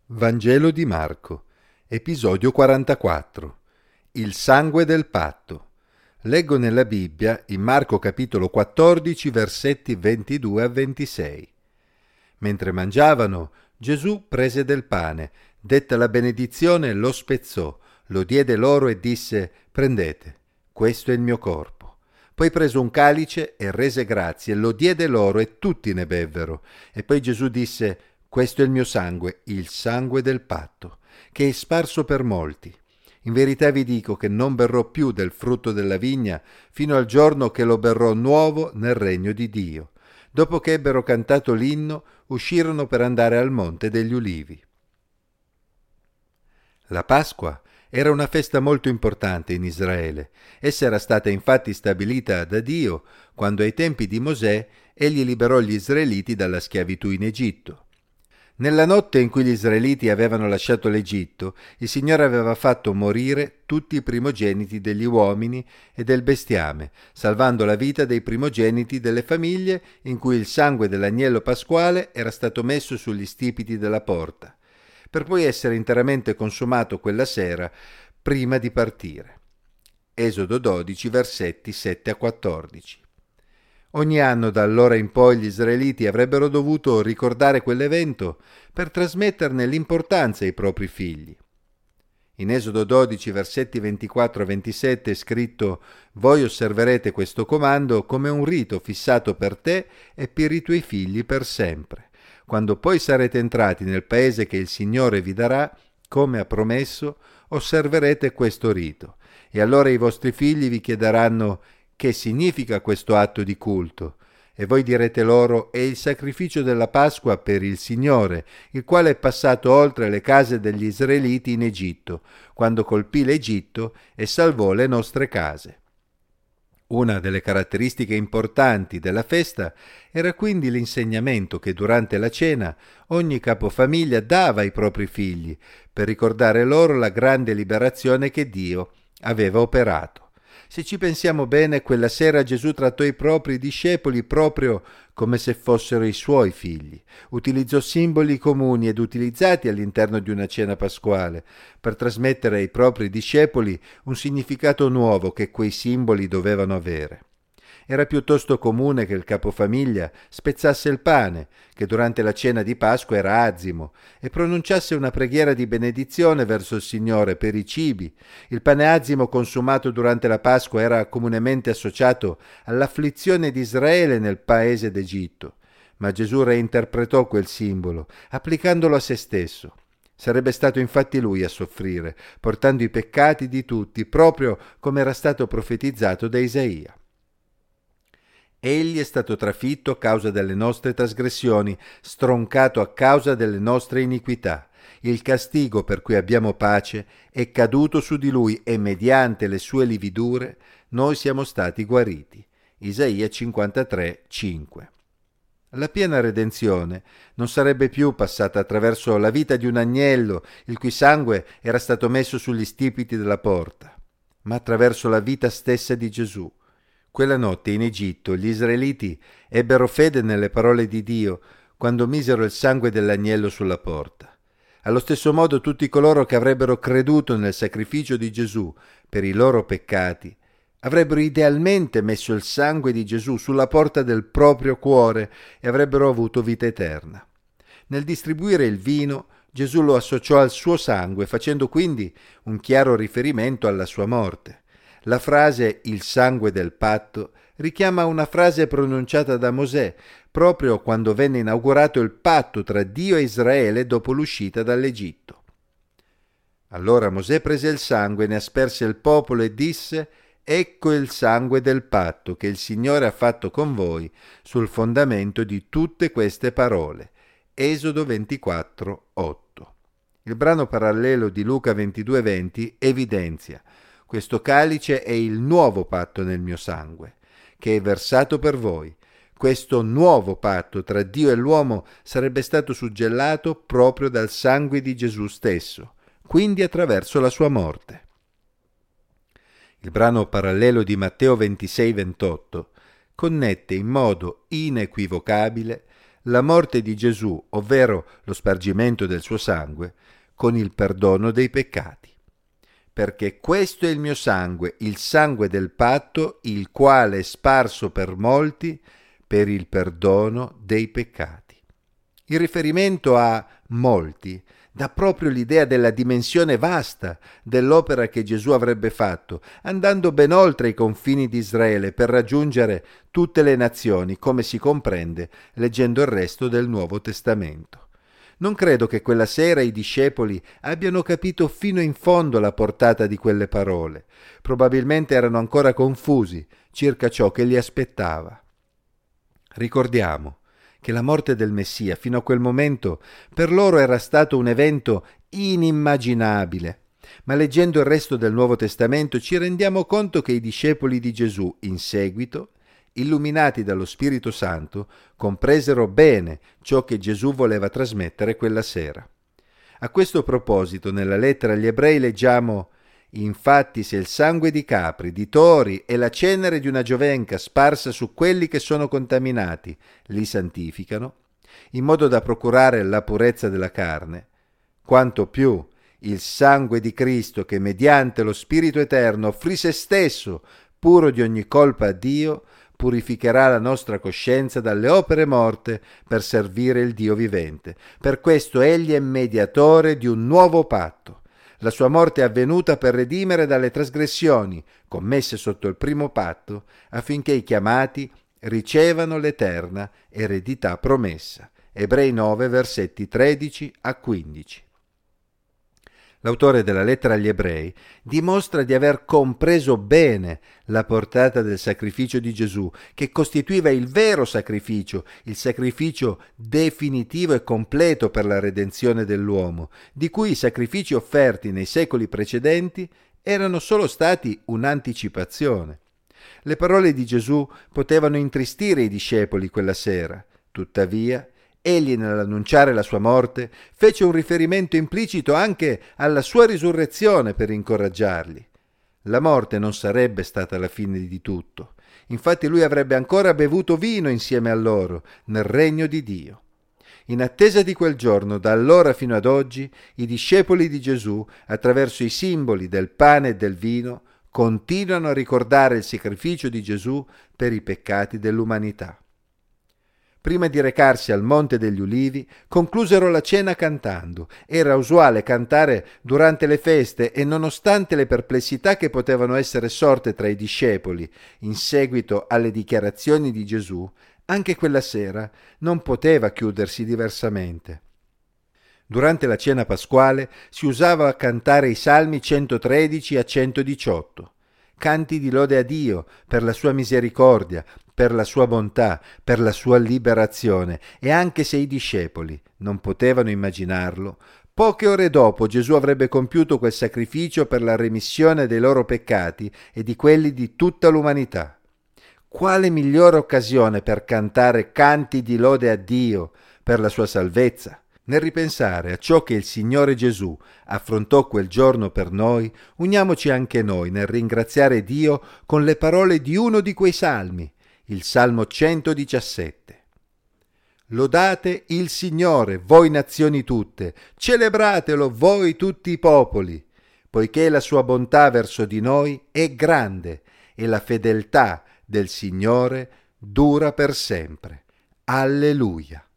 Vangelo di Marco, episodio 44. Il sangue del patto. Leggo nella Bibbia, in Marco capitolo 14, versetti 22 a 26. Mentre mangiavano, Gesù prese del pane, detta la benedizione, lo spezzò, lo diede loro e disse: «Prendete, questo è il mio corpo». Poi prese un calice e rese grazie, lo diede loro e tutti ne bevvero. E poi Gesù disse: «Questo è il mio sangue, il sangue del patto, che è sparso per molti. In verità vi dico che non berrò più del frutto della vigna fino al giorno che lo berrò nuovo nel regno di Dio». Dopo che ebbero cantato l'inno, uscirono per andare al Monte degli Ulivi. La Pasqua era una festa molto importante in Israele. Essa era stata infatti stabilita da Dio quando ai tempi di Mosè egli liberò gli israeliti dalla schiavitù in Egitto. Nella notte in cui gli israeliti avevano lasciato l'Egitto, il Signore aveva fatto morire tutti i primogeniti degli uomini e del bestiame, salvando la vita dei primogeniti delle famiglie in cui il sangue dell'agnello pasquale era stato messo sugli stipiti della porta, per poi essere interamente consumato quella sera prima di partire. Esodo 12, versetti 7 a 14. Ogni anno da allora in poi gli israeliti avrebbero dovuto ricordare quell'evento per trasmetterne l'importanza ai propri figli. In Esodo 12, versetti 24 a 27 è scritto: «Voi osserverete questo comando come un rito fissato per te e per i tuoi figli per sempre. Quando poi sarete entrati nel paese che il Signore vi darà, come ha promesso, osserverete questo rito. E allora i vostri figli vi chiederanno: che significa questo atto di culto? E voi direte loro: è il sacrificio della Pasqua per il Signore, il quale è passato oltre le case degli israeliti in Egitto, quando colpì l'Egitto e salvò le nostre case». Una delle caratteristiche importanti della festa era quindi l'insegnamento che durante la cena ogni capofamiglia dava ai propri figli, per ricordare loro la grande liberazione che Dio aveva operato. Se ci pensiamo bene, quella sera Gesù trattò i propri discepoli proprio come se fossero i suoi figli. Utilizzò simboli comuni ed utilizzati all'interno di una cena pasquale per trasmettere ai propri discepoli un significato nuovo che quei simboli dovevano avere. Era piuttosto comune che il capofamiglia spezzasse il pane, che durante la cena di Pasqua era azimo, e pronunciasse una preghiera di benedizione verso il Signore per i cibi. Il pane azimo consumato durante la Pasqua era comunemente associato all'afflizione di Israele nel paese d'Egitto, ma Gesù reinterpretò quel simbolo, applicandolo a se stesso. Sarebbe stato infatti lui a soffrire, portando i peccati di tutti, proprio come era stato profetizzato da Isaia. Egli è stato trafitto a causa delle nostre trasgressioni, stroncato a causa delle nostre iniquità. Il castigo per cui abbiamo pace è caduto su di lui e mediante le sue lividure noi siamo stati guariti. Isaia 53, 5. La piena redenzione non sarebbe più passata attraverso la vita di un agnello, il cui sangue era stato messo sugli stipiti della porta, ma attraverso la vita stessa di Gesù. Quella notte in Egitto gli israeliti ebbero fede nelle parole di Dio quando misero il sangue dell'agnello sulla porta. Allo stesso modo tutti coloro che avrebbero creduto nel sacrificio di Gesù per i loro peccati avrebbero idealmente messo il sangue di Gesù sulla porta del proprio cuore e avrebbero avuto vita eterna. Nel distribuire il vino, Gesù lo associò al suo sangue, facendo quindi un chiaro riferimento alla sua morte. La frase «il sangue del patto» richiama una frase pronunciata da Mosè proprio quando venne inaugurato il patto tra Dio e Israele dopo l'uscita dall'Egitto. Allora Mosè prese il sangue, ne asperse il popolo e disse: «Ecco il sangue del patto che il Signore ha fatto con voi sul fondamento di tutte queste parole». Esodo 24, 8. Il brano parallelo di Luca 22:20 evidenzia: «Questo calice è il nuovo patto nel mio sangue, che è versato per voi». Questo nuovo patto tra Dio e l'uomo sarebbe stato suggellato proprio dal sangue di Gesù stesso, quindi attraverso la sua morte. Il brano parallelo di Matteo 26:28 connette in modo inequivocabile la morte di Gesù, ovvero lo spargimento del suo sangue, con il perdono dei peccati. Perché questo è il sangue del patto, il quale è sparso per molti per il perdono dei peccati. Il riferimento a molti dà proprio l'idea della dimensione vasta dell'opera che Gesù avrebbe fatto, andando ben oltre i confini di Israele per raggiungere tutte le nazioni, come si comprende leggendo il resto del Nuovo Testamento. Non credo che quella sera i discepoli abbiano capito fino in fondo la portata di quelle parole. Probabilmente erano ancora confusi circa ciò che li aspettava. Ricordiamo che la morte del Messia fino a quel momento per loro era stato un evento inimmaginabile, ma leggendo il resto del Nuovo Testamento ci rendiamo conto che i discepoli di Gesù in seguito, illuminati dallo Spirito Santo, compresero bene ciò che Gesù voleva trasmettere quella sera. A questo proposito, nella lettera agli Ebrei leggiamo: «Infatti se il sangue di capri, di tori e la cenere di una giovenca sparsa su quelli che sono contaminati li santificano, in modo da procurare la purezza della carne, quanto più il sangue di Cristo che mediante lo Spirito Eterno offrì se stesso puro di ogni colpa a Dio, purificherà la nostra coscienza dalle opere morte per servire il Dio vivente. Per questo egli è mediatore di un nuovo patto. La sua morte è avvenuta per redimere dalle trasgressioni commesse sotto il primo patto, affinché i chiamati ricevano l'eterna eredità promessa». Ebrei 9, versetti 13 a 15. L'autore della lettera agli Ebrei dimostra di aver compreso bene la portata del sacrificio di Gesù, che costituiva il vero sacrificio, il sacrificio definitivo e completo per la redenzione dell'uomo, di cui i sacrifici offerti nei secoli precedenti erano solo stati un'anticipazione. Le parole di Gesù potevano intristire i discepoli quella sera, tuttavia egli, nell'annunciare la sua morte, fece un riferimento implicito anche alla sua risurrezione per incoraggiarli. La morte non sarebbe stata la fine di tutto. Infatti lui avrebbe ancora bevuto vino insieme a loro nel regno di Dio. In attesa di quel giorno, da allora fino ad oggi, i discepoli di Gesù, attraverso i simboli del pane e del vino, continuano a ricordare il sacrificio di Gesù per i peccati dell'umanità. Prima di recarsi al Monte degli Ulivi, conclusero la cena cantando. Era usuale cantare durante le feste e nonostante le perplessità che potevano essere sorte tra i discepoli in seguito alle dichiarazioni di Gesù, anche quella sera non poteva chiudersi diversamente. Durante la cena pasquale si usava cantare i salmi 113 a 118. Canti di lode a Dio per la sua misericordia, per la sua bontà, per la sua liberazione, e anche se i discepoli non potevano immaginarlo, poche ore dopo Gesù avrebbe compiuto quel sacrificio per la remissione dei loro peccati e di quelli di tutta l'umanità. Quale migliore occasione per cantare canti di lode a Dio per la sua salvezza? Nel ripensare a ciò che il Signore Gesù affrontò quel giorno per noi, uniamoci anche noi nel ringraziare Dio con le parole di uno di quei salmi, il Salmo 117. Lodate il Signore, voi nazioni tutte, celebratelo voi tutti i popoli, poiché la sua bontà verso di noi è grande e la fedeltà del Signore dura per sempre. Alleluia.